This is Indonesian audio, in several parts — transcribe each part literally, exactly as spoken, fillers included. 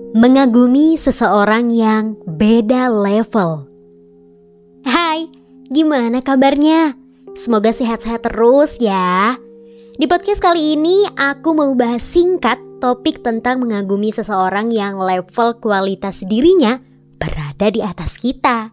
Mengagumi seseorang yang beda level. Hai, gimana kabarnya? Semoga sehat-sehat terus ya. Di podcast kali ini aku mau bahas singkat topik tentang mengagumi seseorang yang level kualitas dirinya berada di atas kita.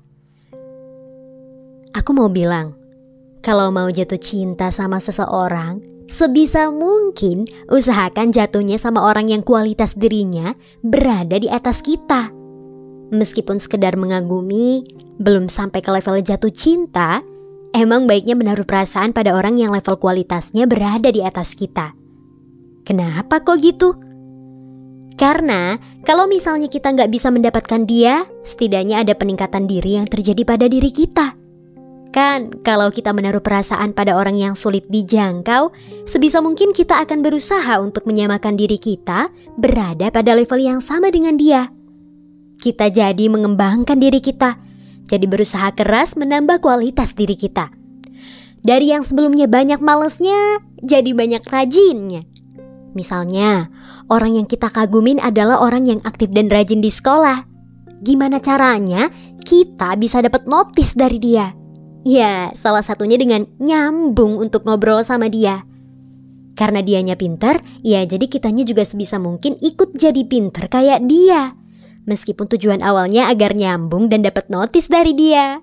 Aku mau bilang, kalau mau jatuh cinta sama seseorang, sebisa mungkin usahakan jatuhnya sama orang yang kualitas dirinya berada di atas kita. Meskipun sekedar mengagumi, belum sampai ke level jatuh cinta, emang baiknya menaruh perasaan pada orang yang level kualitasnya berada di atas kita. Kenapa kok gitu? Karena kalau misalnya kita nggak bisa mendapatkan dia, setidaknya ada peningkatan diri yang terjadi pada diri kita. Kan kalau kita menaruh perasaan pada orang yang sulit dijangkau, sebisa mungkin kita akan berusaha untuk menyamakan diri kita berada pada level yang sama dengan dia. Kita jadi mengembangkan diri kita, jadi berusaha keras menambah kualitas diri kita. Dari yang sebelumnya banyak malesnya, jadi banyak rajinnya. Misalnya, orang yang kita kagumin adalah orang yang aktif dan rajin di sekolah. Gimana caranya kita bisa dapat notis dari dia? Ya, salah satunya dengan nyambung untuk ngobrol sama dia. Karena dianya pinter, ya jadi kitanya juga sebisa mungkin ikut jadi pinter kayak dia. Meskipun tujuan awalnya agar nyambung dan dapat notis dari dia.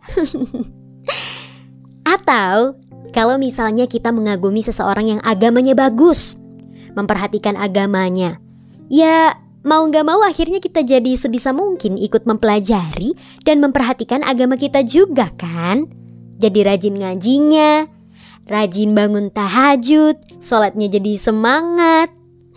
Atau, kalau misalnya kita mengagumi seseorang yang agamanya bagus, memperhatikan agamanya, ya mau gak mau akhirnya kita jadi sebisa mungkin ikut mempelajari dan memperhatikan agama kita juga kan? Jadi rajin ngajinya, rajin bangun tahajud, sholatnya jadi semangat.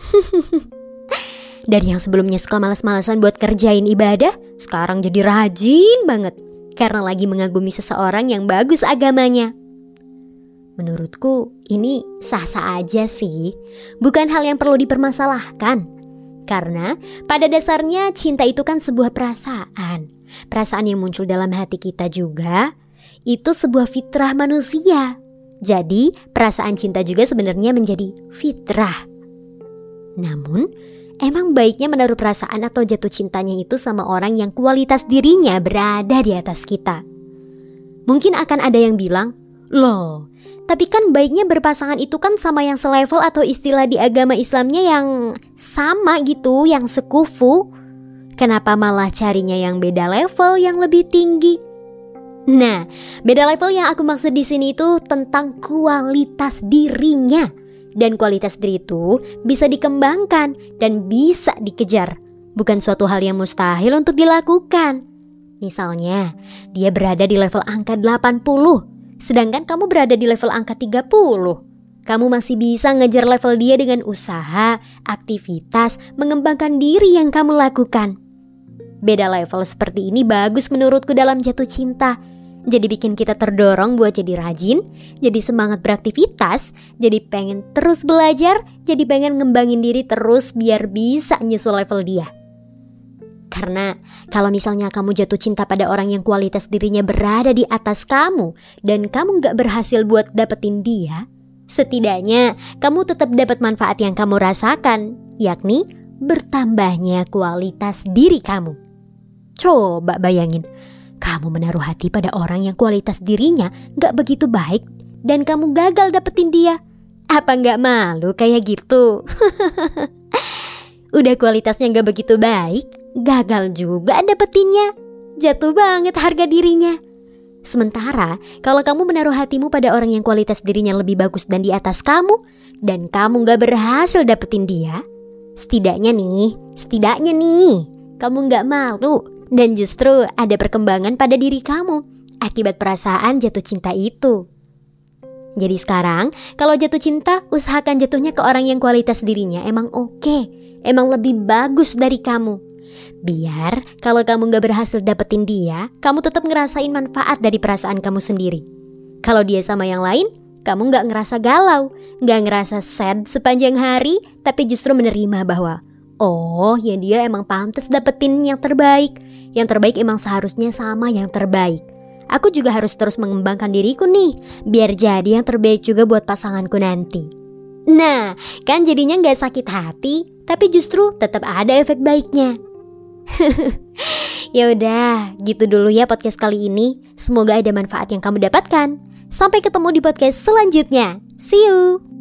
Dari yang sebelumnya suka malas-malasan buat kerjain ibadah, sekarang jadi rajin banget karena lagi mengagumi seseorang yang bagus agamanya. Menurutku ini sah-sah aja sih, bukan hal yang perlu dipermasalahkan. Karena pada dasarnya cinta itu kan sebuah perasaan. Perasaan yang muncul dalam hati kita juga. Itu sebuah fitrah manusia. Jadi perasaan cinta juga sebenarnya menjadi fitrah. Namun emang baiknya menaruh perasaan atau jatuh cintanya itu sama orang yang kualitas dirinya berada di atas kita. Mungkin akan ada yang bilang, loh tapi kan baiknya berpasangan itu kan sama yang selevel atau istilah di agama Islamnya yang sama gitu, yang sekufu. Kenapa malah carinya yang beda level yang lebih tinggi? Nah, beda level yang aku maksud di sini itu tentang kualitas dirinya. Dan kualitas diri itu bisa dikembangkan dan bisa dikejar. Bukan suatu hal yang mustahil untuk dilakukan. Misalnya, dia berada di level angka delapan puluh, sedangkan kamu berada di level angka tiga puluh. Kamu masih bisa ngejar level dia dengan usaha, aktivitas, mengembangkan diri yang kamu lakukan. Beda level seperti ini bagus menurutku dalam jatuh cinta. Jadi bikin kita terdorong buat jadi rajin, jadi semangat beraktivitas, jadi pengen terus belajar, jadi pengen ngembangin diri terus biar bisa nyusul level dia. Karena kalau misalnya kamu jatuh cinta pada orang yang kualitas dirinya berada di atas kamu dan kamu gak berhasil buat dapetin dia, setidaknya kamu tetap dapat manfaat yang kamu rasakan, yakni bertambahnya kualitas diri kamu. Coba bayangin, kamu menaruh hati pada orang yang kualitas dirinya gak begitu baik dan kamu gagal dapetin dia. Apa gak malu kayak gitu? Udah kualitasnya gak begitu baik, gagal juga dapetinnya. Jatuh banget harga dirinya. Sementara kalau kamu menaruh hatimu pada orang yang kualitas dirinya lebih bagus dan di atas kamu, dan kamu gak berhasil dapetin dia, setidaknya nih, setidaknya nih kamu gak malu. Dan justru ada perkembangan pada diri kamu akibat perasaan jatuh cinta itu. Jadi sekarang kalau jatuh cinta, usahakan jatuhnya ke orang yang kualitas dirinya emang oke, emang lebih bagus dari kamu. Biar kalau kamu gak berhasil dapetin dia, kamu tetap ngerasain manfaat dari perasaan kamu sendiri. Kalau dia sama yang lain, kamu gak ngerasa galau, gak ngerasa sad sepanjang hari, tapi justru menerima bahwa oh ya dia emang pantas dapetin yang terbaik. Yang terbaik emang seharusnya sama yang terbaik. Aku juga harus terus mengembangkan diriku nih, biar jadi yang terbaik juga buat pasanganku nanti. Nah, kan jadinya gak sakit hati, tapi justru tetap ada efek baiknya. Ya udah, gitu dulu ya podcast kali ini. Semoga ada manfaat yang kamu dapatkan. Sampai ketemu di podcast selanjutnya. See you.